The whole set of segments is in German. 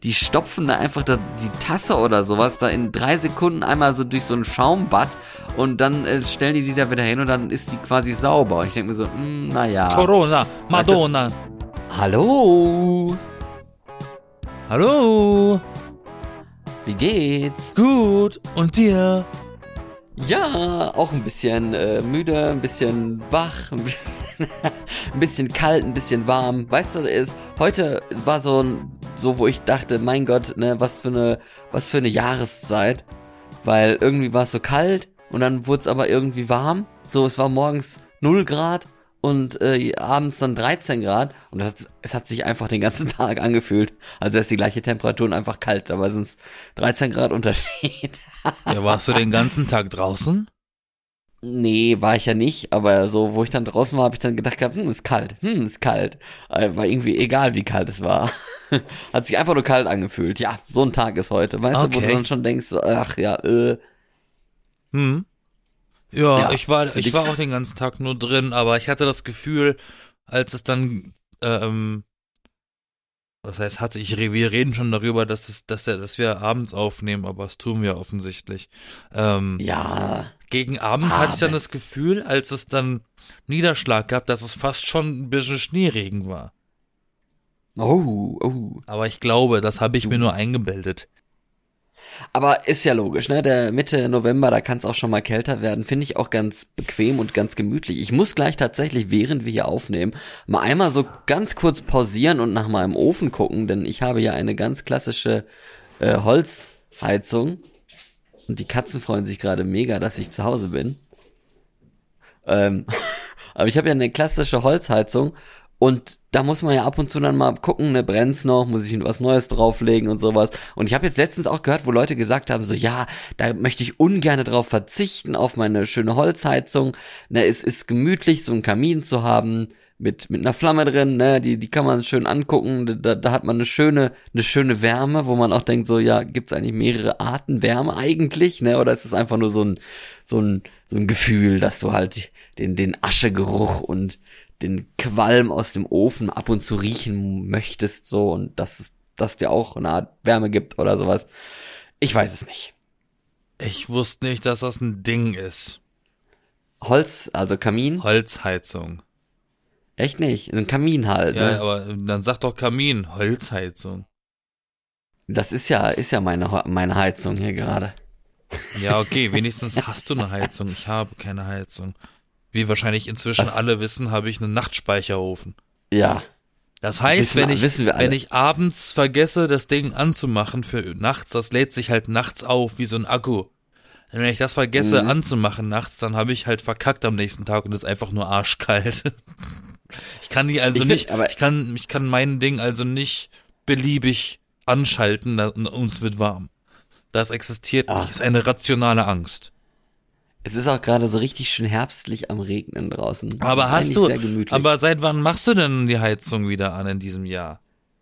die stopfen da einfach die Tasse oder sowas da in 3 Sekunden einmal so durch so ein Schaumbad und dann stellen die da wieder hin und dann ist die quasi sauber. Ich denke mir so, naja. Corona, Madonna. Weißt du, hallo? Hallo? Wie geht's? Gut. Und dir? Ja, auch ein bisschen müde, ein bisschen wach, ein bisschen kalt, ein bisschen warm. Weißt du, heute war so, wo ich dachte, mein Gott, ne, was für eine Jahreszeit. Weil irgendwie war es so kalt und dann wurde es aber irgendwie warm. So, es war morgens 0 Grad und abends dann 13 Grad. Und es hat sich einfach den ganzen Tag angefühlt. Also es ist die gleiche Temperatur und einfach kalt, aber sind es 13 Grad Unterschied. Ja, warst du den ganzen Tag draußen? Nee, war ich ja nicht, aber so, wo ich dann draußen war, habe ich dann gedacht gehabt, ist kalt, ist kalt. War irgendwie egal, wie kalt es war. Hat sich einfach nur kalt angefühlt. Ja, so ein Tag ist heute, weißt du, wo du dann schon denkst, ach ja, Ja, ich war auch den ganzen Tag nur drin, aber ich hatte das Gefühl, als es dann, was heißt wir reden schon darüber, dass wir abends aufnehmen, aber das tun wir offensichtlich. ja. Gegen Abend hatte ich dann das Gefühl, als es dann Niederschlag gab, dass es fast schon ein bisschen Schneeregen war. Oh. Aber ich glaube, das habe ich mir nur eingebildet. Aber ist ja logisch, ne? Der Mitte November, da kann es auch schon mal kälter werden. Finde ich auch ganz bequem und ganz gemütlich. Ich muss gleich tatsächlich, während wir hier aufnehmen, mal einmal so ganz kurz pausieren und nach meinem Ofen gucken, denn ich habe ja eine ganz klassische Holzheizung. Und die Katzen freuen sich gerade mega, dass ich zu Hause bin. Aber ich habe ja eine klassische Holzheizung und da muss man ja ab und zu dann mal gucken, ne, brennt's noch, muss ich was Neues drauflegen und sowas. Und ich habe jetzt letztens auch gehört, wo Leute gesagt haben, so ja, da möchte ich ungern drauf verzichten, auf meine schöne Holzheizung. Ne, es ist gemütlich, so einen Kamin zu haben, mit einer Flamme drin, ne, die kann man schön angucken, da hat man eine schöne Wärme, wo man auch denkt, so, ja, gibt's eigentlich mehrere Arten Wärme eigentlich, ne, oder ist es einfach nur so ein Gefühl, dass du halt den Aschegeruch und den Qualm aus dem Ofen ab und zu riechen möchtest, so, und dass dir auch eine Art Wärme gibt oder sowas. Ich weiß es nicht. Ich wusste nicht, dass das ein Ding ist. Holz, also Kamin? Holzheizung. Echt nicht? So ein Kamin halt, ja, ne? Aber dann sag doch Kamin, Holzheizung. Das ist ja meine Heizung hier gerade. Ja, okay, wenigstens hast du eine Heizung. Ich habe keine Heizung. Wie wahrscheinlich inzwischen alle wissen, habe ich einen Nachtspeicherofen. Ja. Das heißt, wenn ich abends vergesse, das Ding anzumachen für nachts, das lädt sich halt nachts auf wie so ein Akku. Und wenn ich das vergesse anzumachen nachts, dann habe ich halt verkackt am nächsten Tag und ist einfach nur arschkalt. Ich kann ich kann mein Ding also nicht beliebig anschalten und uns wird warm. Das existiert nicht, ist eine rationale Angst. Es ist auch gerade so richtig schön herbstlich am Regnen draußen. Das aber ist sehr gemütlich. aber seit wann machst du denn die Heizung wieder an in diesem Jahr?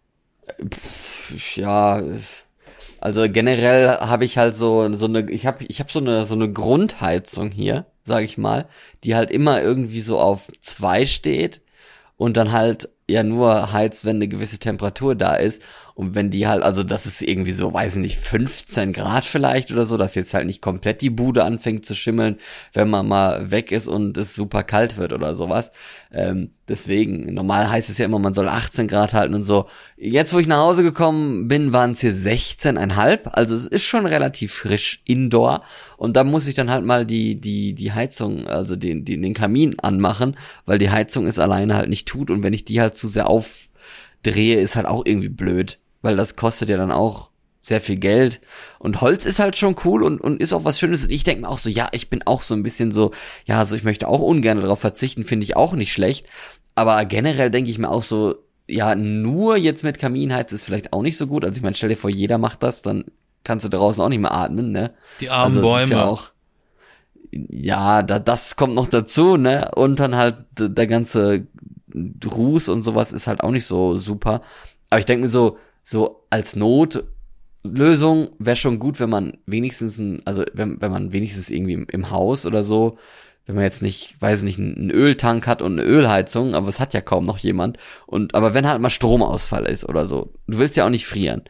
Ja, also generell habe ich halt ich habe so eine Grundheizung hier, sag ich mal, die halt immer irgendwie so auf 2 steht und dann halt ja nur heizt, wenn eine gewisse Temperatur da ist. Und wenn die halt, also das ist irgendwie so, weiß ich nicht, 15 Grad vielleicht oder so, dass jetzt halt nicht komplett die Bude anfängt zu schimmeln, wenn man mal weg ist und es super kalt wird oder sowas. Deswegen, normal heißt es ja immer, man soll 18 Grad halten und so. Jetzt, wo ich nach Hause gekommen bin, waren es hier 16,5. Also es ist schon relativ frisch indoor. Und da muss ich dann halt mal die Heizung, also den Kamin anmachen, weil die Heizung es alleine halt nicht tut. Und wenn ich die halt zu sehr aufdrehe, ist halt auch irgendwie blöd. Weil das kostet ja dann auch sehr viel Geld. Und Holz ist halt schon cool und ist auch was Schönes. Und ich denke mir auch so, ja, ich bin auch so ein bisschen so, ja, so ich möchte auch ungern darauf verzichten, finde ich auch nicht schlecht. Aber generell denke ich mir auch so, ja, nur jetzt mit Kaminheiz ist vielleicht auch nicht so gut. Also ich meine, stell dir vor, jeder macht das, dann kannst du draußen auch nicht mehr atmen, ne? Die armen Bäume. Ja, das kommt noch dazu, ne? Und dann halt der ganze Ruß und sowas ist halt auch nicht so super. Aber ich denke mir so als Notlösung wäre schon gut, wenn man wenigstens wenn man wenigstens irgendwie im Haus oder so, wenn man jetzt nicht, weiß nicht, einen Öltank hat und eine Ölheizung, aber es hat ja kaum noch jemand. Aber wenn halt mal Stromausfall ist oder so, du willst ja auch nicht frieren.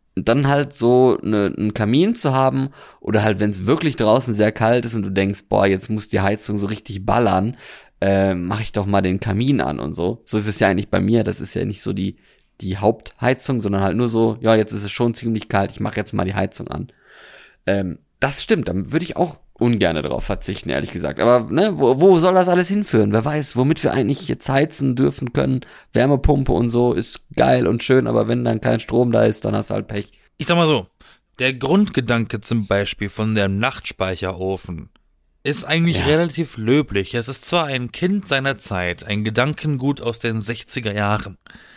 dann halt so einen Kamin zu haben oder halt, wenn es wirklich draußen sehr kalt ist und du denkst, boah, jetzt muss die Heizung so richtig ballern, mache ich doch mal den Kamin an und so. So ist es ja eigentlich bei mir, das ist ja nicht so die Hauptheizung, sondern halt nur so, ja, jetzt ist es schon ziemlich kalt, ich mache jetzt mal die Heizung an. Das stimmt, dann würde ich auch ungerne darauf verzichten, ehrlich gesagt. Aber ne, wo soll das alles hinführen? Wer weiß, womit wir eigentlich jetzt heizen dürfen können. Wärmepumpe und so ist geil und schön, aber wenn dann kein Strom da ist, dann hast du halt Pech. Ich sag mal so, der Grundgedanke zum Beispiel von dem Nachtspeicherofen ist eigentlich relativ löblich. Es ist zwar ein Kind seiner Zeit, ein Gedankengut aus den 60er Jahren.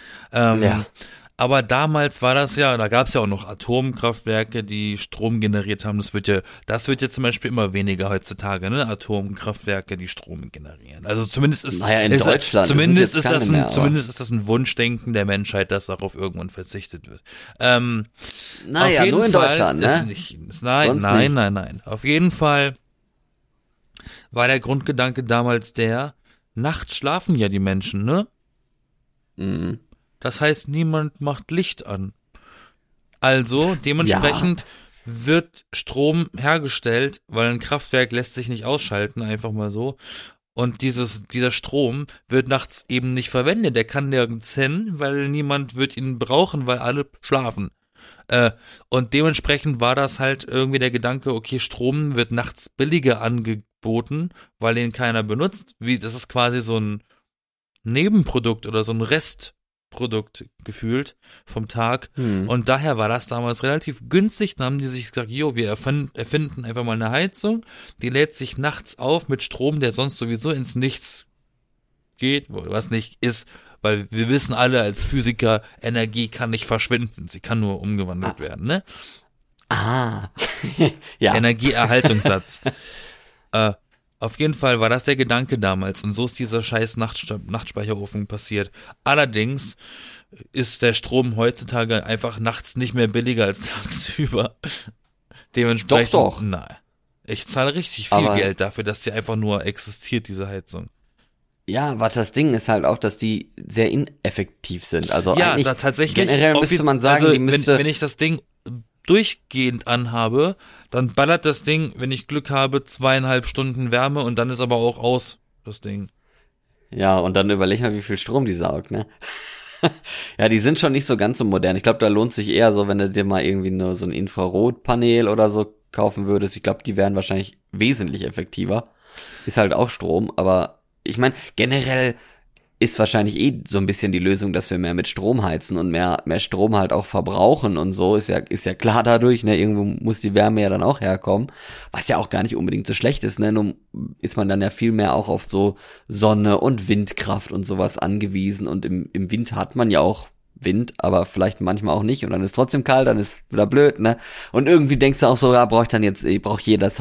Aber damals war das ja, da gab es ja auch noch Atomkraftwerke, die Strom generiert haben. Das wird ja zum Beispiel immer weniger heutzutage, ne? Atomkraftwerke, die Strom generieren. Also zumindest ist in Deutschland zumindest ist das ein Wunschdenken der Menschheit, dass darauf irgendwann verzichtet wird. Nur in Deutschland, ne? Nein. Auf jeden Fall war der Grundgedanke damals nachts schlafen ja die Menschen, ne? Mhm. Das heißt, niemand macht Licht an. Also, dementsprechend wird Strom hergestellt, weil ein Kraftwerk lässt sich nicht ausschalten, einfach mal so. Und dieser Strom wird nachts eben nicht verwendet. Der kann nirgends hin, weil niemand wird ihn brauchen, weil alle schlafen. Und dementsprechend war das halt irgendwie der Gedanke, okay, Strom wird nachts billiger angeboten, weil den keiner benutzt. Das ist quasi so ein Nebenprodukt oder so ein Restprodukt gefühlt vom Tag. Und daher war das damals relativ günstig. Dann haben die sich gesagt, wir erfinden einfach mal eine Heizung, die lädt sich nachts auf mit Strom, der sonst sowieso ins Nichts geht, was nicht ist, weil wir wissen alle als Physiker, Energie kann nicht verschwinden, sie kann nur umgewandelt werden, ne? Ja. Energieerhaltungssatz. Auf jeden Fall war das der Gedanke damals und so ist dieser scheiß Nachtspeicherofen passiert. Allerdings ist der Strom heutzutage einfach nachts nicht mehr billiger als tagsüber. Dementsprechend. Doch. Nein. Ich zahle richtig viel Geld dafür, dass die einfach nur existiert, diese Heizung. Ja, was das Ding ist halt auch, dass die sehr ineffektiv sind. Also ja, eigentlich tatsächlich. Generell müsste man sagen, also, die müsste. Wenn ich das Ding durchgehend anhabe, dann ballert das Ding, wenn ich Glück habe, 2,5 Stunden Wärme und dann ist aber auch aus, das Ding. Ja, und dann überleg mal, wie viel Strom die saugt, ne? Ja, die sind schon nicht so ganz so modern. Ich glaube, da lohnt sich eher so, wenn du dir mal irgendwie nur so ein Infrarotpanel oder so kaufen würdest. Ich glaube, die wären wahrscheinlich wesentlich effektiver. Ist halt auch Strom, aber ich meine, generell ist wahrscheinlich so ein bisschen die Lösung, dass wir mehr mit Strom heizen und mehr Strom halt auch verbrauchen und so, ist ja klar dadurch, ne, irgendwo muss die Wärme ja dann auch herkommen, was ja auch gar nicht unbedingt so schlecht ist, ne, nun ist man dann ja viel mehr auch auf so Sonne und Windkraft und sowas angewiesen und im Winter hat man ja auch Wind, aber vielleicht manchmal auch nicht und dann ist trotzdem kalt, dann ist wieder blöd, ne, und irgendwie denkst du auch so, ja, braucht jedes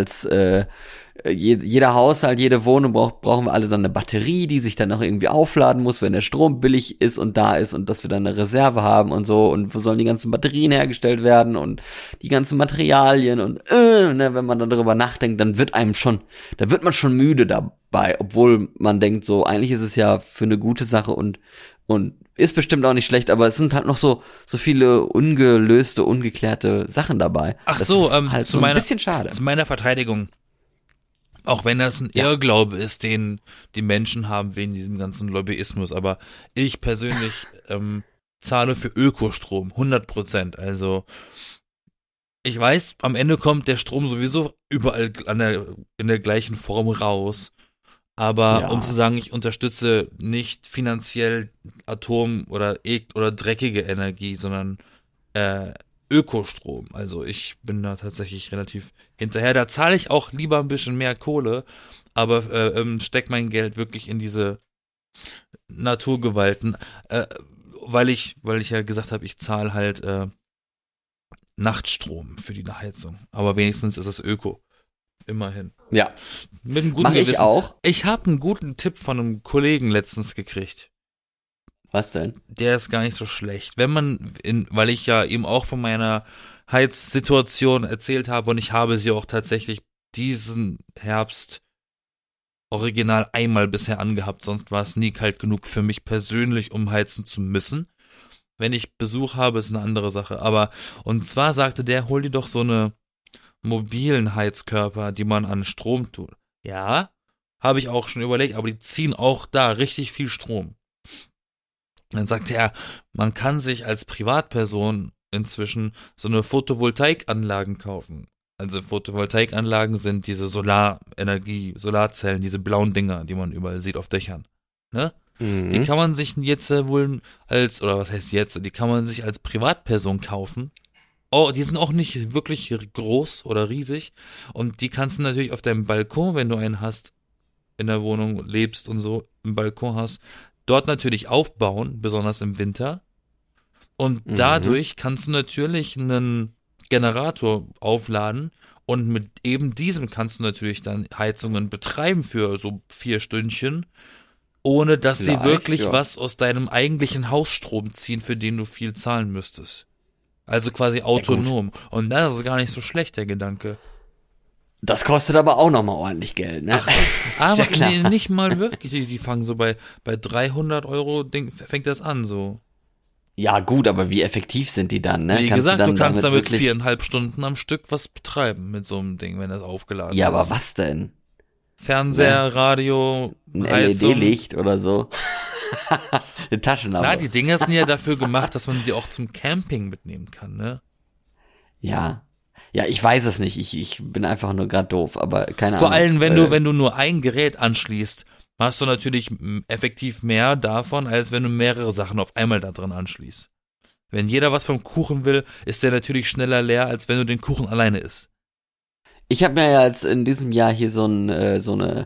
jeder Haushalt, jede Wohnung brauchen wir alle dann eine Batterie, die sich dann auch irgendwie aufladen muss, wenn der Strom billig ist und da ist und dass wir dann eine Reserve haben und so und wo sollen die ganzen Batterien hergestellt werden und die ganzen Materialien und ne, wenn man dann darüber nachdenkt, dann wird man schon müde dabei, obwohl man denkt so, eigentlich ist es ja für eine gute Sache und ist bestimmt auch nicht schlecht, aber es sind halt noch so viele ungelöste, ungeklärte Sachen dabei. Ach so, halt so ein bisschen schade. Zu meiner Verteidigung. Auch wenn das ein Irrglaube ist, den die Menschen haben wegen diesem ganzen Lobbyismus. Aber ich persönlich zahle für Ökostrom 100%. Also ich weiß, am Ende kommt der Strom sowieso überall in der gleichen Form raus. Aber um zu sagen, ich unterstütze nicht finanziell Atom- oder dreckige Energie, sondern Ökostrom. Also ich bin da tatsächlich relativ hinterher. Da zahle ich auch lieber ein bisschen mehr Kohle, aber steck mein Geld wirklich in diese Naturgewalten, weil ich ja gesagt habe, ich zahle halt Nachtstrom für die Heizung. Aber wenigstens ist es Öko. Immerhin. Ja. Mit einem guten Mach Gewissen. ich auch. Ich habe einen guten Tipp von einem Kollegen letztens gekriegt. Was denn? Der ist gar nicht so schlecht. Weil ich ja eben auch von meiner Heizsituation erzählt habe und ich habe sie auch tatsächlich diesen Herbst original einmal bisher angehabt, sonst war es nie kalt genug für mich persönlich, um heizen zu müssen. Wenn ich Besuch habe, ist eine andere Sache. Aber, und zwar sagte der, hol dir doch so eine mobilen Heizkörper, die man an Strom tut. Ja, habe ich auch schon überlegt, aber die ziehen auch da richtig viel Strom. Dann sagte er, man kann sich als Privatperson inzwischen so eine Photovoltaikanlagen kaufen. Also Photovoltaikanlagen sind diese Solarenergie, Solarzellen, diese blauen Dinger, die man überall sieht auf Dächern. Ne? Mhm. Die kann man sich jetzt wohl als, oder was heißt jetzt, die kann man sich als Privatperson kaufen. Oh, die sind auch nicht wirklich groß oder riesig. Und die kannst du natürlich auf deinem Balkon, wenn du einen hast, in der Wohnung lebst und so, im Balkon hast, dort natürlich aufbauen, besonders im Winter. Und dadurch kannst du natürlich einen Generator aufladen und mit eben diesem kannst du natürlich dann Heizungen betreiben für so 4 Stündchen, ohne dass sie wirklich was aus deinem eigentlichen Hausstrom ziehen, für den du viel zahlen müsstest. Also quasi autonom. Ja, und das ist gar nicht so schlecht, der Gedanke. Das kostet aber auch nochmal ordentlich Geld, ne? Aber nee, nicht mal wirklich. Die fangen so bei 300 Euro, fängt das an, so. Ja, gut, aber wie effektiv sind die dann, ne? Wie gesagt, du kannst damit 4,5 Stunden am Stück was betreiben mit so einem Ding, wenn das aufgeladen ist. Ja, aber was denn? Fernseher, Radio, ein LED-Licht oder so. Eine Taschenlampe. Na, die Dinger sind ja dafür gemacht, dass man sie auch zum Camping mitnehmen kann, ne? Ja. Ja, ich weiß es nicht. Ich bin einfach nur gerade doof, aber keine Ahnung. Vor allem, wenn du nur ein Gerät anschließt, hast du natürlich effektiv mehr davon, als wenn du mehrere Sachen auf einmal da drin anschließt. Wenn jeder was vom Kuchen will, ist der natürlich schneller leer, als wenn du den Kuchen alleine isst. Ich habe mir ja jetzt in diesem Jahr hier so ein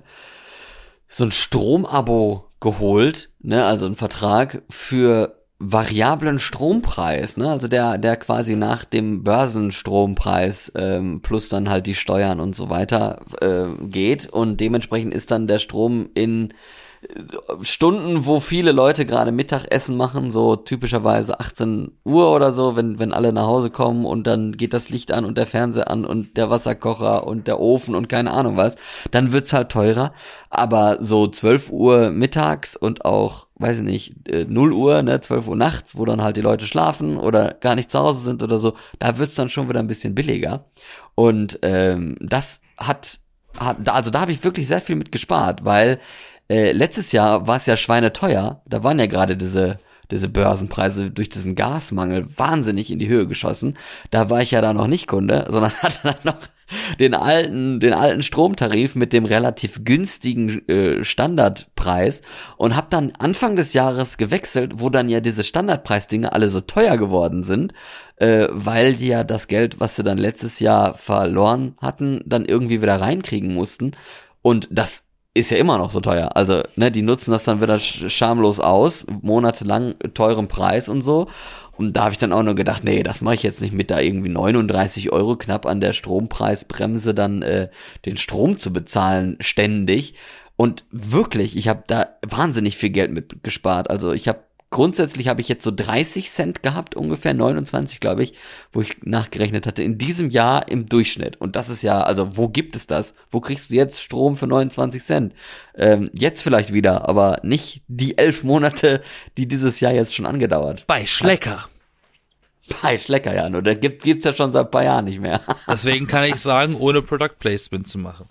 Stromabo geholt, ne, also ein Vertrag für variablen Strompreis, ne, also der quasi nach dem Börsenstrompreis plus dann halt die Steuern und so weiter geht, und dementsprechend ist dann der Strom in Stunden, wo viele Leute gerade Mittagessen machen, so typischerweise 18 Uhr oder so, wenn alle nach Hause kommen, und dann geht das Licht an und der Fernseher an und der Wasserkocher und der Ofen und keine Ahnung was, dann wird's halt teurer. Aber so 12 Uhr mittags und auch, weiß ich nicht, 0 Uhr, ne, 12 Uhr nachts, wo dann halt die Leute schlafen oder gar nicht zu Hause sind oder so, da wird's dann schon wieder ein bisschen billiger. Und das also da habe ich wirklich sehr viel mit gespart, weil letztes Jahr war es ja schweineteuer. Da waren ja gerade diese Börsenpreise durch diesen Gasmangel wahnsinnig in die Höhe geschossen. Da war ich ja da noch nicht Kunde, sondern hatte dann noch den alten Stromtarif mit dem relativ günstigen Standardpreis und habe dann Anfang des Jahres gewechselt, wo dann ja diese Standardpreisdinge alle so teuer geworden sind, weil die ja das Geld, was sie dann letztes Jahr verloren hatten, dann irgendwie wieder reinkriegen mussten. Und das ist ja immer noch so teuer. Also, ne, die nutzen das dann wieder schamlos aus, monatelang teuren Preis und so. Und da habe ich dann auch nur gedacht, nee, das mache ich jetzt nicht mit, da irgendwie 39 Euro knapp an der Strompreisbremse dann den Strom zu bezahlen ständig. Und wirklich, ich habe da wahnsinnig viel Geld mit gespart. Also grundsätzlich habe ich jetzt so 30 Cent gehabt, ungefähr 29, glaube ich, wo ich nachgerechnet hatte, in diesem Jahr im Durchschnitt. Und das ist ja, also wo gibt es das? Wo kriegst du jetzt Strom für 29 Cent? Jetzt vielleicht wieder, aber nicht die 11 Monate, die dieses Jahr jetzt schon angedauert. Bei Schlecker. Bei Schlecker, ja, nur der gibt's ja schon seit ein paar Jahren nicht mehr. Deswegen kann ich sagen, ohne Product Placement zu machen.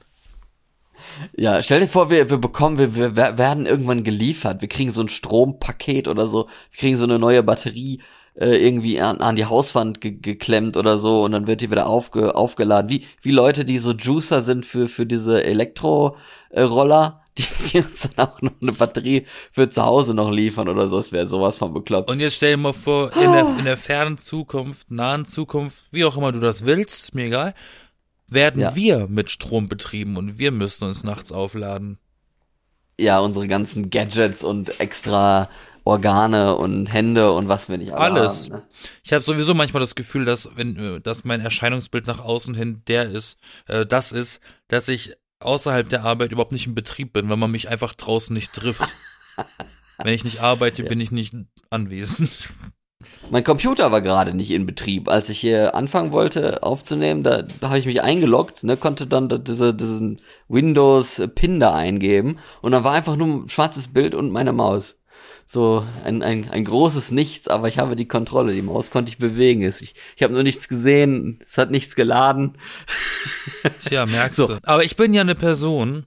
Ja, stell dir vor, wir werden irgendwann geliefert. Wir kriegen so ein Strompaket oder so. Wir kriegen so eine neue Batterie irgendwie an die Hauswand geklemmt oder so, und dann wird die wieder aufgeladen. Wie Leute, die so Juicer sind für diese Elektroroller, die uns dann auch noch eine Batterie für zu Hause noch liefern oder so. Das wäre sowas von bekloppt. Und jetzt stell dir mal vor, in der fernen Zukunft, nahen Zukunft, wie auch immer du das willst, ist mir egal, werden wir mit Strom betrieben und wir müssen uns nachts aufladen. Ja, unsere ganzen Gadgets und extra Organe und Hände und was wir nicht alle alles haben, ne? Ich habe sowieso manchmal das Gefühl, dass mein Erscheinungsbild nach außen hin das ist, dass ich außerhalb der Arbeit überhaupt nicht im Betrieb bin, weil man mich einfach draußen nicht trifft. Wenn ich nicht arbeite, bin ich nicht anwesend. Mein Computer war gerade nicht in Betrieb. Als ich hier anfangen wollte aufzunehmen, da habe ich mich eingeloggt, ne, konnte dann diesen Windows-Pin da eingeben, und dann war einfach nur ein schwarzes Bild und meine Maus. so ein großes Nichts, aber ich habe die Kontrolle. Die Maus konnte ich bewegen. Ich habe nur nichts gesehen, es hat nichts geladen. Tja, merkst du. Aber ich bin ja eine Person,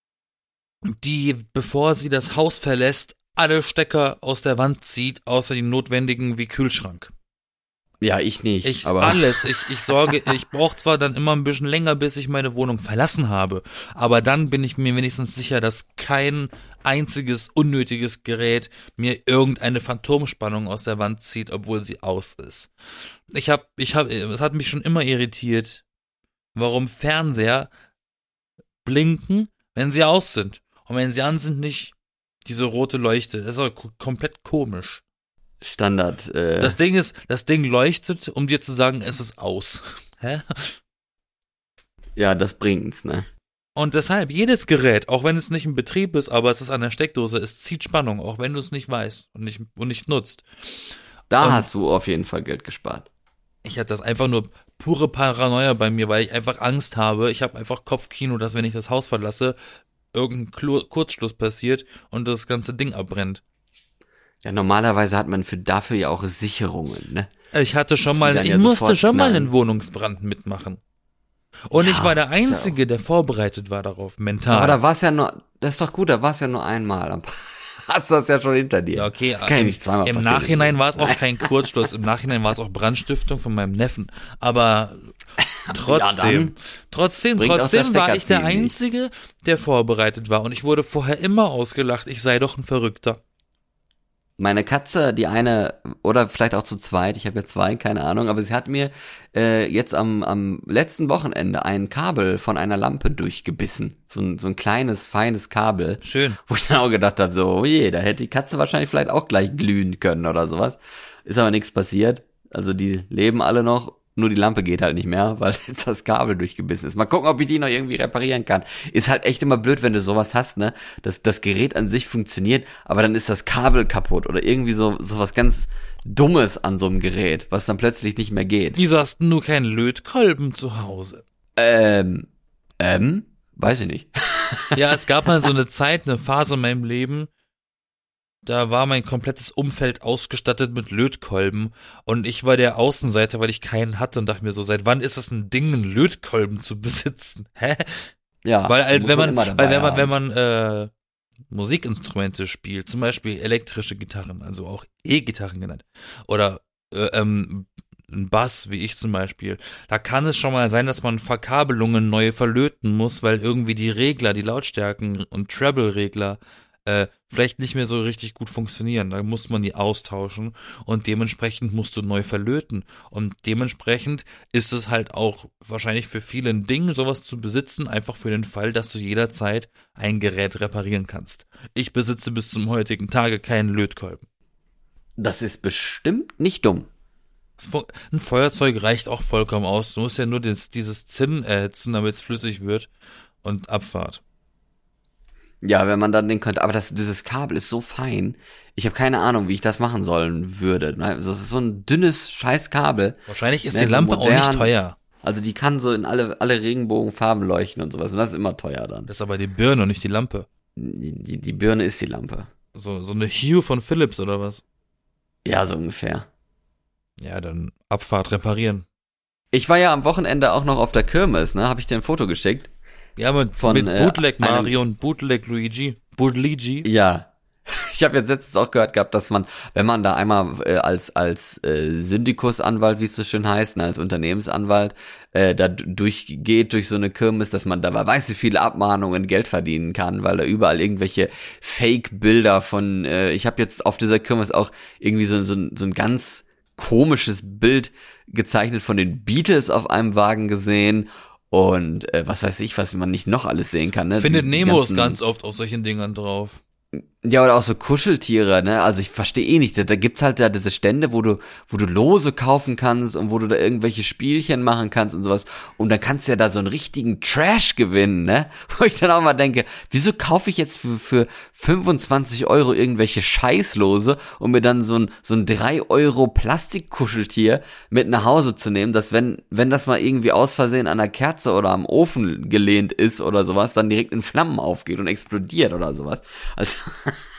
die, bevor sie das Haus verlässt, alle Stecker aus der Wand zieht, außer die notwendigen wie Kühlschrank. Ja, ich nicht. Aber alles. Ich brauche zwar dann immer ein bisschen länger, bis ich meine Wohnung verlassen habe, aber dann bin ich mir wenigstens sicher, dass kein einziges unnötiges Gerät mir irgendeine Phantomspannung aus der Wand zieht, obwohl sie aus ist. Es hat mich schon immer irritiert, warum Fernseher blinken, wenn sie aus sind. Und wenn sie an sind, nicht diese rote Leuchte. Das ist auch komplett komisch. Standard. Das Ding leuchtet, um dir zu sagen, es ist aus. Hä? Ja, das bringt's, ne? Und deshalb, jedes Gerät, auch wenn es nicht in Betrieb ist, aber es ist an der Steckdose, es zieht Spannung, auch wenn du es nicht weißt und nicht nutzt. Da hast du auf jeden Fall Geld gespart. Ich hatte das einfach nur pure Paranoia bei mir, weil ich einfach Angst habe. Ich habe einfach Kopfkino, dass wenn ich das Haus verlasse, irgendein Kurzschluss passiert und das ganze Ding abbrennt. Ja, normalerweise hat man dafür ja auch Sicherungen, ne? Ich musste schon mal einen Wohnungsbrand mitmachen. Und ich war der Einzige, der vorbereitet war darauf, mental. Aber da war es ja nur, das ist doch gut, da war es ja nur einmal. Hast du das ja schon hinter dir. Ja, okay. Kann ja nicht zweimal Im passieren. Nachhinein war es auch kein Kurzschluss, im Nachhinein war es auch Brandstiftung von meinem Neffen. Aber trotzdem war ich der Einzige, der vorbereitet war. Und ich wurde vorher immer ausgelacht, ich sei doch ein Verrückter. Meine Katze, die eine, oder vielleicht auch zu zweit, ich habe ja zwei, keine Ahnung, aber sie hat mir jetzt am letzten Wochenende ein Kabel von einer Lampe durchgebissen. So ein kleines, feines Kabel. Schön. Wo ich dann auch gedacht habe, so, oh je, da hätte die Katze wahrscheinlich vielleicht auch gleich glühen können oder sowas. Ist aber nichts passiert. Also die leben alle noch. Nur die Lampe geht halt nicht mehr, weil jetzt das Kabel durchgebissen ist. Mal gucken, ob ich die noch irgendwie reparieren kann. Ist halt echt immer blöd, wenn du sowas hast, ne? Das Gerät an sich funktioniert, aber dann ist das Kabel kaputt oder irgendwie so was ganz Dummes an so einem Gerät, was dann plötzlich nicht mehr geht. Wieso hast du keinen Lötkolben zu Hause? Weiß ich nicht. Ja, es gab mal so eine Phase in meinem Leben, da war mein komplettes Umfeld ausgestattet mit Lötkolben und ich war der Außenseiter, weil ich keinen hatte und dachte mir so, seit wann ist es ein Ding, einen Lötkolben zu besitzen? Hä? Ja. Weil wenn man Musikinstrumente spielt, zum Beispiel elektrische Gitarren, also auch E-Gitarren genannt, oder ein Bass, wie ich zum Beispiel, da kann es schon mal sein, dass man Verkabelungen neu verlöten muss, weil irgendwie die Regler, die Lautstärken und Treble-Regler vielleicht nicht mehr so richtig gut funktionieren. Da muss man die austauschen und dementsprechend musst du neu verlöten. Und dementsprechend ist es halt auch wahrscheinlich für viele ein Ding, sowas zu besitzen, einfach für den Fall, dass du jederzeit ein Gerät reparieren kannst. Ich besitze bis zum heutigen Tage keinen Lötkolben. Das ist bestimmt nicht dumm. Ein Feuerzeug reicht auch vollkommen aus. Du musst ja nur dieses Zinn erhitzen, damit es flüssig wird und Abfahrt. Ja, wenn man dann den könnte, aber dieses Kabel ist so fein. Ich habe keine Ahnung, wie ich das machen sollen würde. Also das ist so ein dünnes scheiß Kabel. Wahrscheinlich ist die Lampe modern, auch nicht teuer. Also die kann so in alle Regenbogenfarben leuchten und sowas. Und das ist immer teuer dann. Das ist aber die Birne und nicht die Lampe. Die Birne ist die Lampe. So eine Hue von Philips oder was? Ja, so ungefähr. Ja, dann Abfahrt reparieren. Ich war ja am Wochenende auch noch auf der Kirmes, ne? Habe ich dir ein Foto geschickt. Ja, mit Bootleg Mario und Bootleg Luigi. Ja. Ich habe jetzt letztens auch gehört gehabt, dass man, wenn man da einmal als Syndikusanwalt, wie es so schön heißt, als Unternehmensanwalt, da durchgeht durch so eine Kirmes, dass man da weiß, wie viele Abmahnungen Geld verdienen kann, weil da überall irgendwelche Fake-Bilder von, ich habe jetzt auf dieser Kirmes auch irgendwie so ein ganz komisches Bild gezeichnet von den Beatles auf einem Wagen gesehen. Und was weiß ich, was man nicht noch alles sehen kann, ne? Findet Nemo ist ganz oft auf solchen Dingern drauf. Ja, oder auch so Kuscheltiere, ne? Also ich verstehe nicht, da gibt's halt da diese Stände, wo du Lose kaufen kannst und wo du da irgendwelche Spielchen machen kannst und sowas. Und dann kannst du ja da so einen richtigen Trash gewinnen, ne? Wo ich dann auch mal denke, wieso kaufe ich jetzt für 25 € irgendwelche Scheißlose, um mir dann so ein 3 € Plastikkuscheltier mit nach Hause zu nehmen, dass wenn das mal irgendwie aus Versehen an der Kerze oder am Ofen gelehnt ist oder sowas, dann direkt in Flammen aufgeht und explodiert oder sowas. Also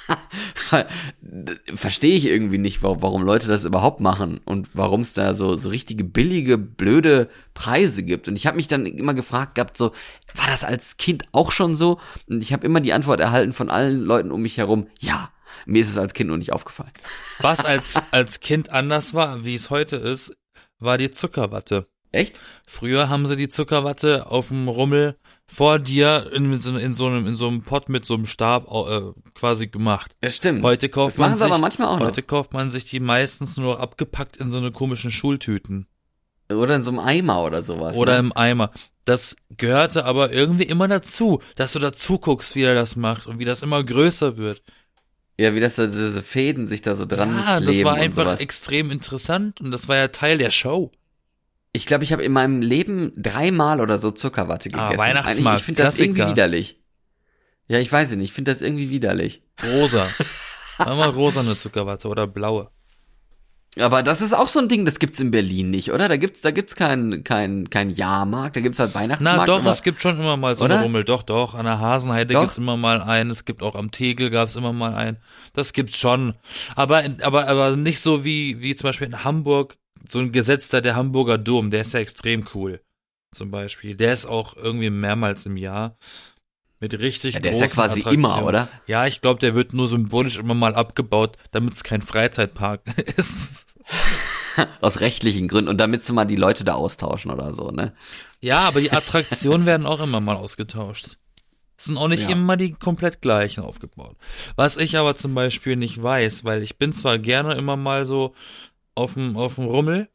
Verstehe ich irgendwie nicht, warum Leute das überhaupt machen und warum es da so richtige billige, blöde Preise gibt. Und ich habe mich dann immer gefragt gehabt, so, war das als Kind auch schon so? Und ich habe immer die Antwort erhalten von allen Leuten um mich herum, ja, mir ist es als Kind nur nicht aufgefallen. Was als Kind anders war, wie es heute ist, war die Zuckerwatte. Echt? Früher haben sie die Zuckerwatte auf dem Rummel vor dir in so einem Pott mit so einem Stab quasi gemacht. Ja, stimmt. Heute kauft man sich, aber manchmal auch heute kauft man sich die meistens nur abgepackt in so eine komischen Schultüten. Oder in so einem Eimer oder sowas. Oder ne? im Eimer. Das gehörte aber irgendwie immer dazu, dass du dazu guckst, wie er das macht und wie das immer größer wird. Ja, wie das da, diese Fäden sich da so dran kleben. Das war und einfach sowas. extrem interessant und das war ja Teil der Show. Ich glaube, ich habe in meinem Leben 3-mal oder so Zuckerwatte gegessen. Weihnachtsmarkt, Ich finde das irgendwie Klassiker. widerlich. Ja, ich weiß nicht, ich finde das irgendwie widerlich. Rosa. Einmal rosane Zuckerwatte oder blaue. Aber das ist auch so ein Ding, das gibt's in Berlin nicht, oder? Da gibt's kein Jahrmarkt, da gibt's halt Weihnachtsmarkt. Na doch, aber, es gibt schon immer mal so oder? eine Rummel. Doch. An der Hasenheide Doch? gibt's immer mal einen. Es gibt auch am Tegel gab's immer mal einen. Das gibt's schon. Aber nicht so wie zum Beispiel in Hamburg. So ein gesetzter, der Hamburger Dom, der ist ja extrem cool. Zum Beispiel. Der ist auch irgendwie mehrmals im Jahr. Mit richtig Ja, der großen ist ja quasi Attraktionen. immer, oder? Ja, ich glaube, der wird nur symbolisch immer mal abgebaut, damit es kein Freizeitpark ist. Aus rechtlichen Gründen und damit sie mal die Leute da austauschen oder so, ne? Ja, aber die Attraktionen werden auch immer mal ausgetauscht. Es sind auch nicht immer die komplett gleichen aufgebaut. Was ich aber zum Beispiel nicht weiß, weil ich bin zwar gerne immer mal so auf dem Rummel,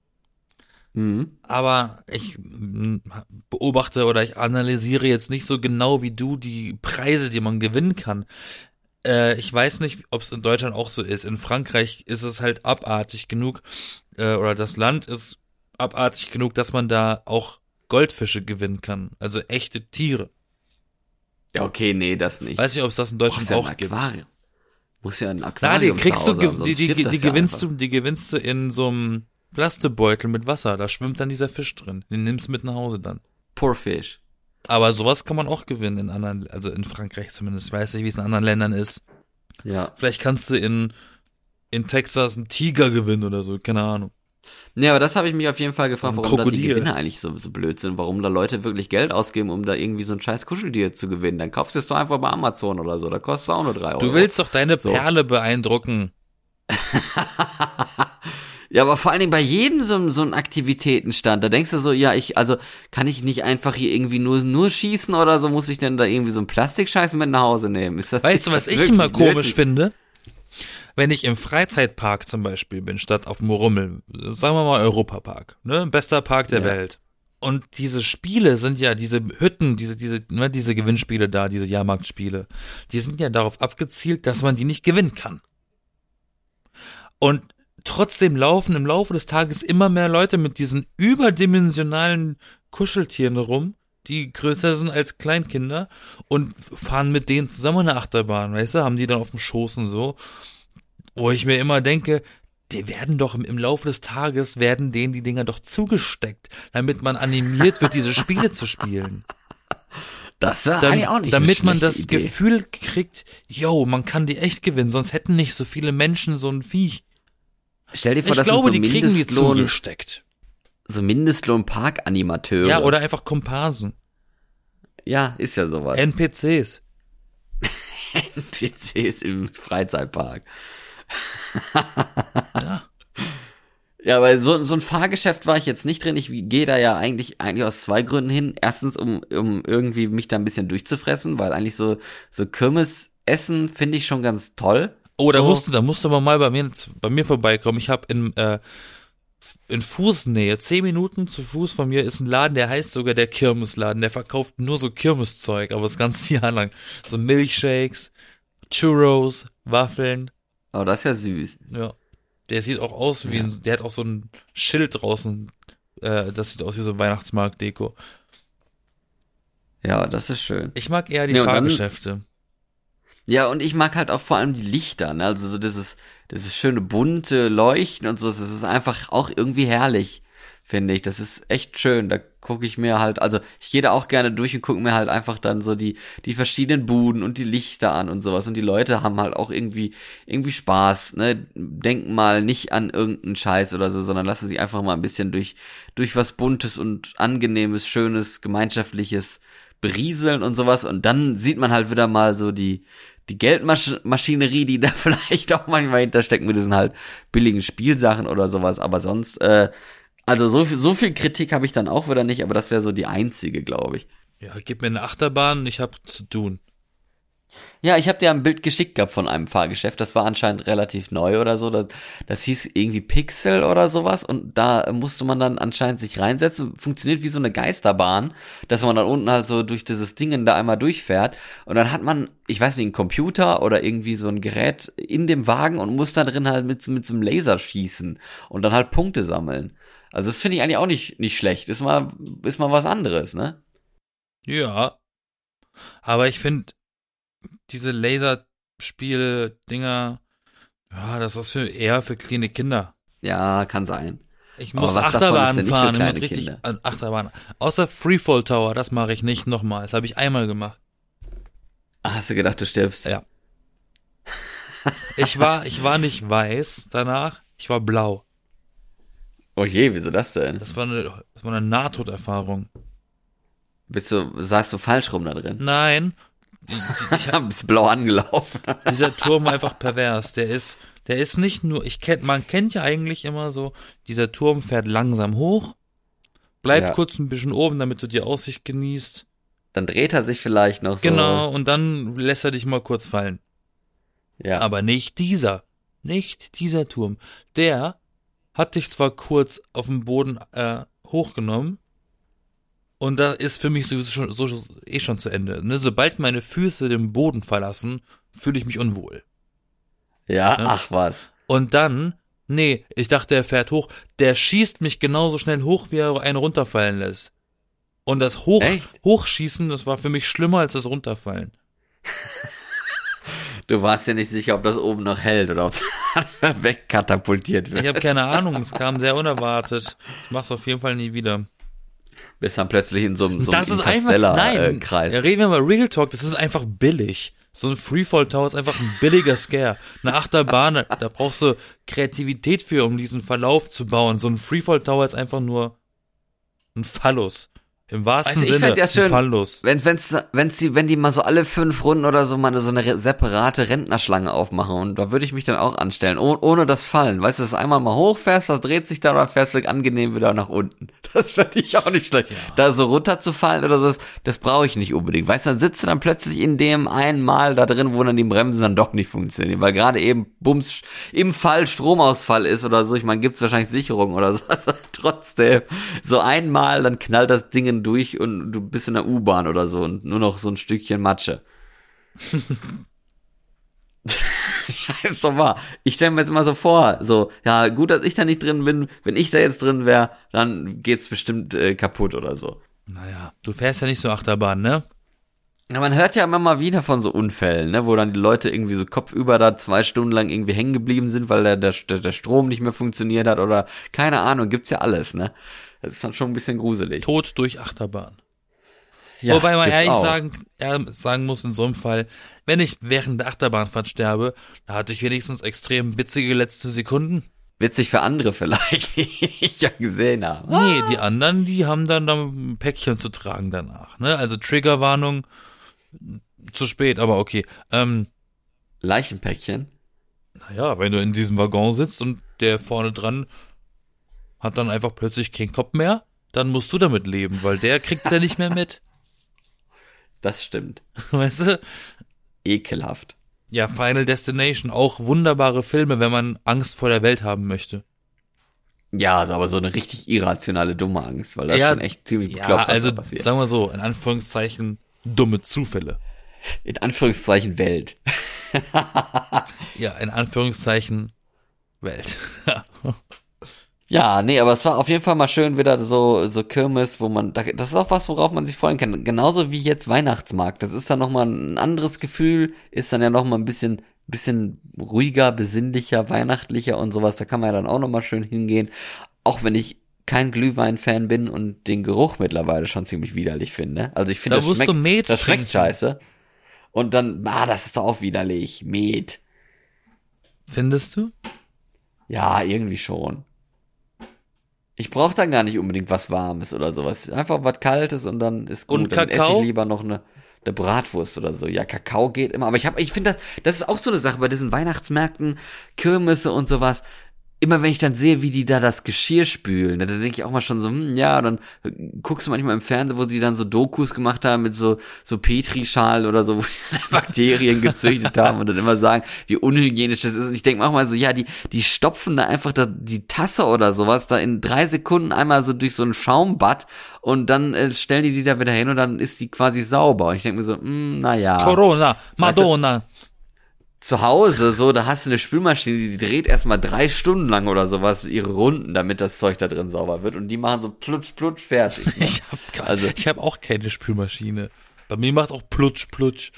aber ich beobachte oder ich analysiere jetzt nicht so genau wie du die Preise, die man gewinnen kann. Ich weiß nicht, ob es in Deutschland auch so ist. In Frankreich ist es halt abartig genug, oder das Land ist abartig genug, dass man da auch Goldfische gewinnen kann. Also echte Tiere. Ja, okay, nee, das nicht. Weiß nicht, ob es das in Deutschland ja auch gibt. Muss ja ein Na, Aquarium die kriegst zu du, Hause haben, sonst stirbt das ja einfach. die gewinnst du in so einem Plastebeutel mit Wasser. Da schwimmt dann dieser Fisch drin. Den nimmst du mit nach Hause dann. Poor Fish. Aber sowas kann man auch gewinnen in anderen, also in Frankreich zumindest. Ich weiß nicht, wie es in anderen Ländern ist. Ja. Vielleicht kannst du in Texas einen Tiger gewinnen oder so, keine Ahnung. Ja, aber das habe ich mich auf jeden Fall gefragt, Ein warum da die Krokodil. Gewinner eigentlich so blöd sind, warum da Leute wirklich Geld ausgeben, um da irgendwie so ein scheiß Kuscheltier zu gewinnen. Dann kauft es doch einfach bei Amazon oder so, da kostet es auch nur 3 Euro. Du willst doch deine So. Perle beeindrucken. Ja, aber vor allen Dingen bei jedem so ein Aktivitätenstand, da denkst du so, ja, also kann ich nicht einfach hier irgendwie nur schießen oder so, muss ich denn da irgendwie so einen Plastikscheiß mit nach Hause nehmen? Ist das, Weißt du, ist was das ich wirklich immer komisch nötig? finde? Wenn ich im Freizeitpark zum Beispiel bin, statt auf dem Rummel, sagen wir mal Europapark, ne, bester Park der Ja. Welt. Und diese Spiele sind ja, diese Hütten, diese Gewinnspiele da, diese Jahrmarktspiele, die sind ja darauf abgezielt, dass man die nicht gewinnen kann. Und trotzdem laufen im Laufe des Tages immer mehr Leute mit diesen überdimensionalen Kuscheltieren rum, die größer sind als Kleinkinder und fahren mit denen zusammen eine Achterbahn, weißt du, haben die dann auf dem Schoß und so. Wo ich mir immer denke, die werden doch im Laufe des Tages, werden denen die Dinger doch zugesteckt, damit man animiert wird, diese Spiele zu spielen. Das war eigentlich auch nicht Damit eine man schlechte das Idee. Gefühl kriegt, yo, man kann die echt gewinnen, sonst hätten nicht so viele Menschen so ein Viech. Stell dir vor, Ich das glaube, sind die so kriegen die Mindestlohn, zugesteckt. so Mindestlohn-Parkanimateure. Ja, oder einfach Komparsen. Ja, ist ja sowas. NPCs. NPCs im Freizeitpark. Ja. Ja, aber so ein Fahrgeschäft war ich jetzt nicht drin. Ich gehe da ja eigentlich aus 2 Gründen hin. Erstens, um irgendwie mich da ein bisschen durchzufressen, weil eigentlich so Kirmesessen finde ich schon ganz toll. Oh, da So. musst du aber mal bei mir vorbeikommen. Ich habe in Fußnähe, 10 Minuten zu Fuß von mir ist ein Laden, der heißt sogar der Kirmesladen. Der verkauft nur so Kirmeszeug, aber das ganze Jahr lang. So Milchshakes, Churros, Waffeln. Aber das ist ja süß. Ja. Der sieht auch aus wie der hat auch so ein Schild draußen. Das sieht aus wie so ein Weihnachtsmarkt-Deko. Ja, das ist schön. Ich mag eher die Nee, und dann- Fahrgeschäfte. Ja, und ich mag halt auch vor allem die Lichter, ne? Also so dieses schöne bunte Leuchten und so, das ist einfach auch irgendwie herrlich, finde ich. Das ist echt schön. Da gucke ich mir halt, also ich gehe da auch gerne durch und gucke mir halt einfach dann so die verschiedenen Buden und die Lichter an und sowas. Und die Leute haben halt auch irgendwie Spaß, ne? Denken mal nicht an irgendeinen Scheiß oder so, sondern lassen sich einfach mal ein bisschen durch was Buntes und Angenehmes, Schönes, Gemeinschaftliches berieseln und sowas. Und dann sieht man halt wieder mal so die Geldmaschinerie, die da vielleicht auch manchmal hintersteckt mit diesen halt billigen Spielsachen oder sowas. Aber sonst, also so viel Kritik habe ich dann auch wieder nicht, aber das wäre so die einzige, glaube ich. Ja, gib mir eine Achterbahn, ich habe zu tun. Ja, ich habe dir ein Bild geschickt gehabt von einem Fahrgeschäft, das war anscheinend relativ neu oder so, das hieß irgendwie Pixel oder sowas und da musste man dann anscheinend sich reinsetzen, funktioniert wie so eine Geisterbahn, dass man dann unten halt so durch dieses Ding da einmal durchfährt und dann hat man, ich weiß nicht, einen Computer oder irgendwie so ein Gerät in dem Wagen und muss da drin halt mit so einem Laser schießen und dann halt Punkte sammeln. Also das finde ich eigentlich auch nicht schlecht, ist mal was anderes, ne? Ja, aber ich finde, diese Laserspiele-Dinger, ja, das ist eher für kleine Kinder. Ja, kann sein. Ich muss Achterbahn fahren, ich muss richtig an Achterbahn. Außer Freefall Tower, das mache ich nicht nochmal. Das habe ich einmal gemacht. Ach, hast du gedacht, du stirbst? Ja. Ich war nicht weiß danach, ich war blau. Oh je, wieso das denn? Das war eine Nahtoderfahrung. Saßt du falsch rum da drin? Nein. Bist blau angelaufen. Dieser Turm einfach pervers. Der ist nicht nur, man kennt ja eigentlich immer so, dieser Turm fährt langsam hoch, bleibt kurz ein bisschen oben, damit du die Aussicht genießt. Dann dreht er sich vielleicht noch so. Genau, und dann lässt er dich mal kurz fallen. Ja. Aber nicht dieser Turm. Der hat dich zwar kurz auf dem Boden hochgenommen, und da ist für mich sowieso schon zu Ende. Ne? Sobald meine Füße den Boden verlassen, fühle ich mich unwohl. Ja, ach was. Und dann, ich dachte, er fährt hoch. Der schießt mich genauso schnell hoch, wie er einen runterfallen lässt. Und das Hochschießen, das war für mich schlimmer als das Runterfallen. Du warst ja nicht sicher, ob das oben noch hält oder ob es wegkatapultiert wird. Ich habe keine Ahnung, es kam sehr unerwartet. Ich mach's auf jeden Fall nie wieder. Bist dann plötzlich in so einem Interstellar-Kreis. Reden wir mal Real Talk, das ist einfach billig. So ein Freefall Tower ist einfach ein billiger Scare. Eine Achterbahn, da brauchst du Kreativität für, um diesen Verlauf zu bauen. So ein Freefall Tower ist einfach nur ein Phallus. Im wahrsten Sinne, ja schön, Falllos. Wenn die mal so alle 5 Runden oder so mal so eine separate Rentnerschlange aufmachen und da würde ich mich dann auch anstellen, ohne das Fallen. Weißt du, dass du einmal mal hochfährst, das dreht sich da oder fährst du angenehm wieder nach unten. Das fände ich auch nicht schlecht. Ja. Da so runterzufallen oder so, das brauche ich nicht unbedingt. Weißt du, dann sitzt du dann plötzlich in dem einen Mal da drin, wo dann die Bremsen dann doch nicht funktionieren, weil gerade eben Bums im Fall Stromausfall ist oder so. Ich meine, gibt's wahrscheinlich Sicherung oder so. Also trotzdem, so einmal, dann knallt das Ding durch und du bist in der U-Bahn oder so und nur noch so ein Stückchen Matsche. Ja, ist doch wahr. Ich stelle mir jetzt immer so vor, so, ja, gut, dass ich da nicht drin bin. Wenn ich da jetzt drin wäre, dann geht's bestimmt kaputt oder so. Naja, du fährst ja nicht so Achterbahn, ne? Ja, man hört ja immer mal wieder von so Unfällen, ne, wo dann die Leute irgendwie so kopfüber da 2 Stunden lang irgendwie hängen geblieben sind, weil der Strom nicht mehr funktioniert hat oder keine Ahnung, gibt's ja alles, ne? Das ist dann schon ein bisschen gruselig. Tod durch Achterbahn. Ja, wobei man ehrlich sagen muss in so einem Fall, wenn ich während der Achterbahnfahrt sterbe, da hatte ich wenigstens extrem witzige letzte Sekunden. Witzig für andere vielleicht, die ich ja gesehen habe. Nee, die anderen, die haben dann ein Päckchen zu tragen danach, ne? Also Triggerwarnung, zu spät, aber okay. Leichenpäckchen? Naja, wenn du in diesem Waggon sitzt und der vorne dran hat dann einfach plötzlich keinen Kopf mehr, dann musst du damit leben, weil der kriegt's ja nicht mehr mit. Das stimmt. Weißt du? Ekelhaft. Ja, Final Destination, auch wunderbare Filme, wenn man Angst vor der Welt haben möchte. Ja, aber so eine richtig irrationale, dumme Angst, weil das schon echt ziemlich bekloppt, was da passiert. Sagen wir so, in Anführungszeichen, dumme Zufälle. In Anführungszeichen Welt. Ja, in Anführungszeichen Welt. Ja, nee, aber es war auf jeden Fall mal schön wieder so Kirmes, das ist auch was, worauf man sich freuen kann. Genauso wie jetzt Weihnachtsmarkt. Das ist dann nochmal ein anderes Gefühl, ist dann ja nochmal ein bisschen ruhiger, besinnlicher, weihnachtlicher und sowas. Da kann man ja dann auch nochmal schön hingehen. Auch wenn ich kein Glühwein-Fan bin und den Geruch mittlerweile schon ziemlich widerlich finde. Also ich finde, das schmeckt scheiße. Und dann, das ist doch auch widerlich. Met. Findest du? Ja, irgendwie schon. Ich brauche dann gar nicht unbedingt was Warmes oder sowas. Einfach was Kaltes und dann ist gut. Und dann Kakao? esse ich lieber noch eine Bratwurst oder so. Ja, Kakao geht immer. Aber ich finde, das ist auch so eine Sache bei diesen Weihnachtsmärkten, Kirmesse und sowas. Immer wenn ich dann sehe, wie die da das Geschirr spülen, dann denke ich auch mal schon so, dann guckst du manchmal im Fernsehen, wo die dann so Dokus gemacht haben mit so Petrischalen oder so, wo die Bakterien gezüchtet haben und dann immer sagen, wie unhygienisch das ist. Und ich denke auch mal so, ja, die stopfen da einfach die Tasse oder sowas da in 3 Sekunden einmal so durch so ein Schaumbad und dann stellen die da wieder hin und dann ist die quasi sauber. Und ich denke mir so, naja. Corona, Madonna. Zu Hause, so, da hast du eine Spülmaschine, die dreht erstmal 3 Stunden lang oder sowas ihre Runden, damit das Zeug da drin sauber wird und die machen so plutsch, plutsch, fertig. Ne? Ich hab auch keine Spülmaschine. Bei mir macht auch plutsch, plutsch.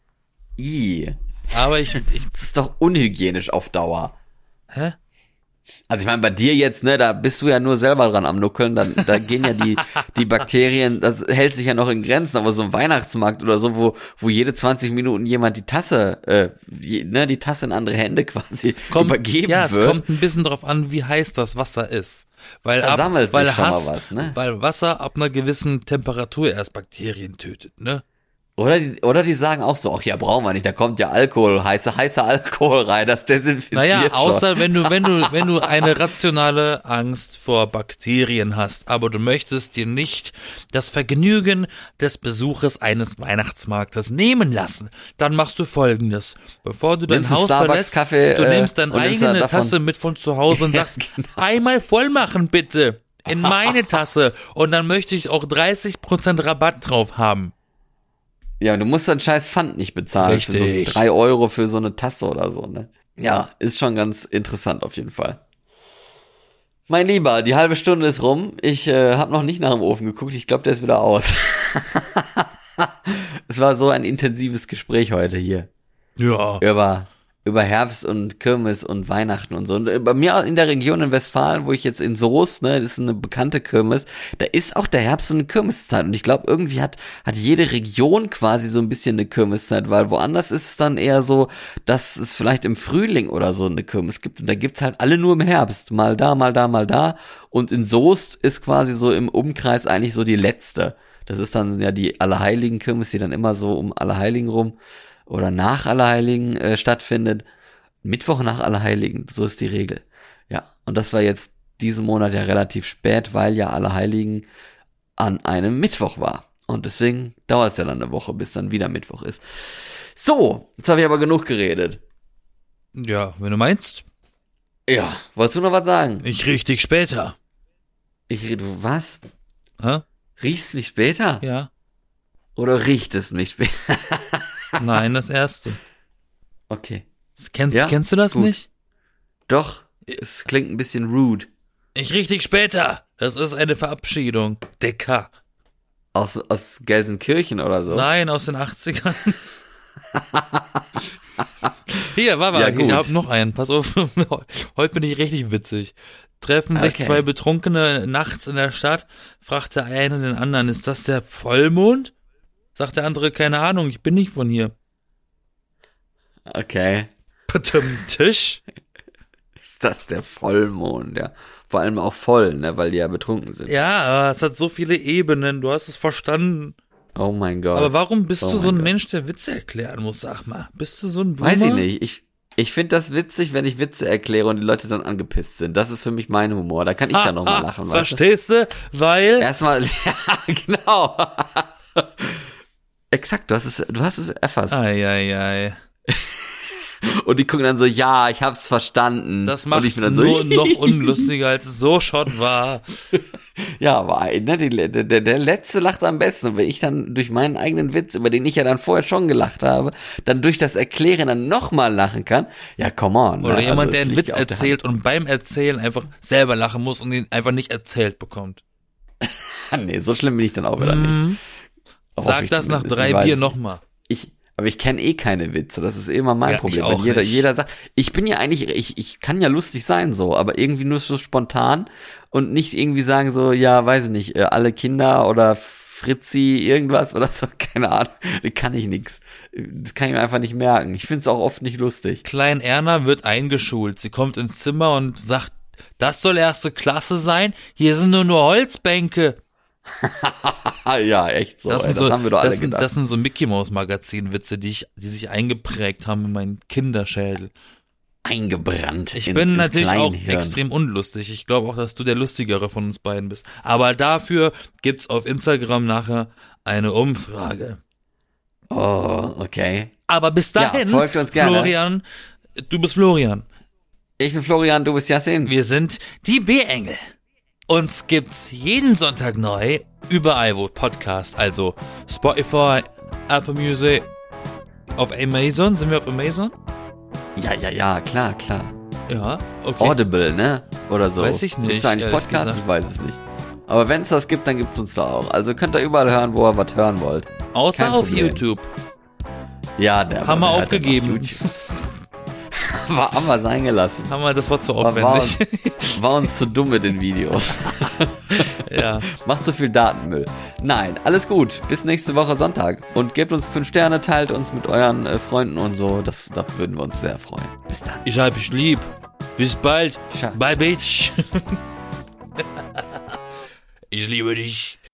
Aber das ist doch unhygienisch auf Dauer. Hä? Also ich meine, bei dir jetzt, ne, da bist du ja nur selber dran am Nuckeln, da gehen ja die Bakterien, das hält sich ja noch in Grenzen, aber so ein Weihnachtsmarkt oder so, wo jede 20 Minuten jemand die Tasse in andere Hände quasi übergeben wird. Ja, es kommt ein bisschen drauf an, wie heiß das Wasser ist. Weil Wasser ab einer gewissen Temperatur erst Bakterien tötet, ne? Oder die sagen auch so, ach ja, brauchen wir nicht, da kommt ja Alkohol, heißer Alkohol rein, das desinfiziert Naja, außer schon. wenn du eine rationale Angst vor Bakterien hast, aber du möchtest dir nicht das Vergnügen des Besuches eines Weihnachtsmarktes nehmen lassen, dann machst du Folgendes. Bevor du dein Haus verlässt, du nimmst deine eigene Tasse mit von zu Hause und sagst, einmal voll machen bitte, in meine Tasse, und dann möchte ich auch 30% Rabatt drauf haben. Ja, du musst dann scheiß Pfand nicht bezahlen. Richtig. Für so 3 Euro für so eine Tasse oder so, ne? Ja, ist schon ganz interessant auf jeden Fall. Mein Lieber, die halbe Stunde ist rum. Ich habe noch nicht nach dem Ofen geguckt. Ich glaube, der ist wieder aus. Es war so ein intensives Gespräch heute hier. Ja. Über Herbst und Kirmes und Weihnachten und so. Und bei mir in der Region in Westfalen, wo ich jetzt in Soest, ne, das ist eine bekannte Kirmes, da ist auch der Herbst so eine Kirmeszeit. Und ich glaube, irgendwie hat jede Region quasi so ein bisschen eine Kirmeszeit, weil woanders ist es dann eher so, dass es vielleicht im Frühling oder so eine Kirmes gibt. Und da gibt's halt alle nur im Herbst. Mal da, mal da, mal da. Und in Soest ist quasi so im Umkreis eigentlich so die letzte. Das ist dann ja die Allerheiligen-Kirmes, die dann immer so um Allerheiligen rum oder nach Allerheiligen stattfindet. Mittwoch nach Allerheiligen, so ist die Regel. Ja, und das war jetzt diesen Monat ja relativ spät, weil ja Allerheiligen an einem Mittwoch war. Und deswegen dauert es ja dann eine Woche, bis dann wieder Mittwoch ist. So, jetzt habe ich aber genug geredet. Ja, wenn du meinst. Ja, wolltest du noch was sagen? Ich riech dich später. Was? Hä? Riechst du mich später? Ja. Oder riecht es mich später? Nein, das erste. Okay. Kennst du das gut. nicht? Doch, es klingt ein bisschen rude. Ich riech dich später. Das ist eine Verabschiedung. Dicker. Aus Gelsenkirchen oder so? Nein, aus den 80ern. Hier, Wawa, ich hab noch einen. Pass auf, heute bin ich richtig witzig. Treffen sich 2 Betrunkene nachts in der Stadt, fragt der eine den anderen, ist das der Vollmond? Sagt der andere, keine Ahnung, ich bin nicht von hier. Okay. Tisch? Ist das der Vollmond, ja. Vor allem auch voll, ne, weil die ja betrunken sind. Ja, aber es hat so viele Ebenen, du hast es verstanden. Oh mein Gott. Aber warum bist du so ein Mensch, der Witze erklären muss, sag mal? Bist du so ein Boomer? Weiß ich nicht, ich finde das witzig, wenn ich Witze erkläre und die Leute dann angepisst sind. Das ist für mich mein Humor, da kann ich dann nochmal lachen. Verstehst du? Weil... Erstmal, ja, genau. Exakt, du hast es erfasst. Ei. Und die gucken dann so, ja, ich hab's verstanden. Das macht es nur noch unlustiger, als es so schon war. Ja, aber ne, der Letzte lacht am besten. Und wenn ich dann durch meinen eigenen Witz, über den ich ja dann vorher schon gelacht habe, dann durch das Erklären dann nochmal lachen kann, ja, come on. Oder jemand, der einen Witz erzählt und beim Erzählen einfach selber lachen muss und ihn einfach nicht erzählt bekommt. Nee, so schlimm bin ich dann auch wieder nicht. Sag das nach 3 Bier nochmal. Aber ich kenne keine Witze, das ist immer mein Problem. Wenn jeder sagt, ich bin ja eigentlich, ich kann ja lustig sein so, aber irgendwie nur so spontan und nicht irgendwie sagen so, ja, weiß ich nicht, alle Kinder oder Fritzi, irgendwas oder so, keine Ahnung, da kann ich nix. Das kann ich mir einfach nicht merken. Ich find's auch oft nicht lustig. Klein Erna wird eingeschult. Sie kommt ins Zimmer und sagt, das soll 1. Klasse sein? Hier sind nur Holzbänke. Ja, echt so. Das haben wir doch alle gedacht. Das sind so Mickey-Maus-Magazin-Witze, die sich eingeprägt haben in meinen Kinderschädel. Eingebrannt. Ich bin natürlich auch extrem unlustig. Ich glaube auch, dass du der Lustigere von uns beiden bist. Aber dafür gibt's auf Instagram nachher eine Umfrage. Oh, okay. Aber bis dahin, ja, folgt uns gerne. Florian, du bist Florian. Ich bin Florian, du bist Yassin. Wir sind die B-Engel. Uns gibt's jeden Sonntag neu, überall wo Podcast, also Spotify, Apple Music, auf Amazon, sind wir auf Amazon? Ja, klar. Ja, okay. Audible, ne? Oder so. Weiß ich nicht. Gibt's da eigentlich Podcast? Ich weiß es nicht. Aber wenn es das gibt, dann gibt's uns da auch. Also könnt ihr überall hören, wo ihr was hören wollt. Außer auf YouTube. Ja, der haben wir aufgegeben. Haben wir sein gelassen. Das war zu aufwendig. War uns zu dumm mit den Videos. Ja. Macht so viel Datenmüll. Nein, alles gut. Bis nächste Woche Sonntag. Und gebt uns 5 Sterne, teilt uns mit euren Freunden und so. Da würden wir uns sehr freuen. Bis dann. Ich hab dich lieb. Bis bald. Bye, Bitch. Ich liebe dich.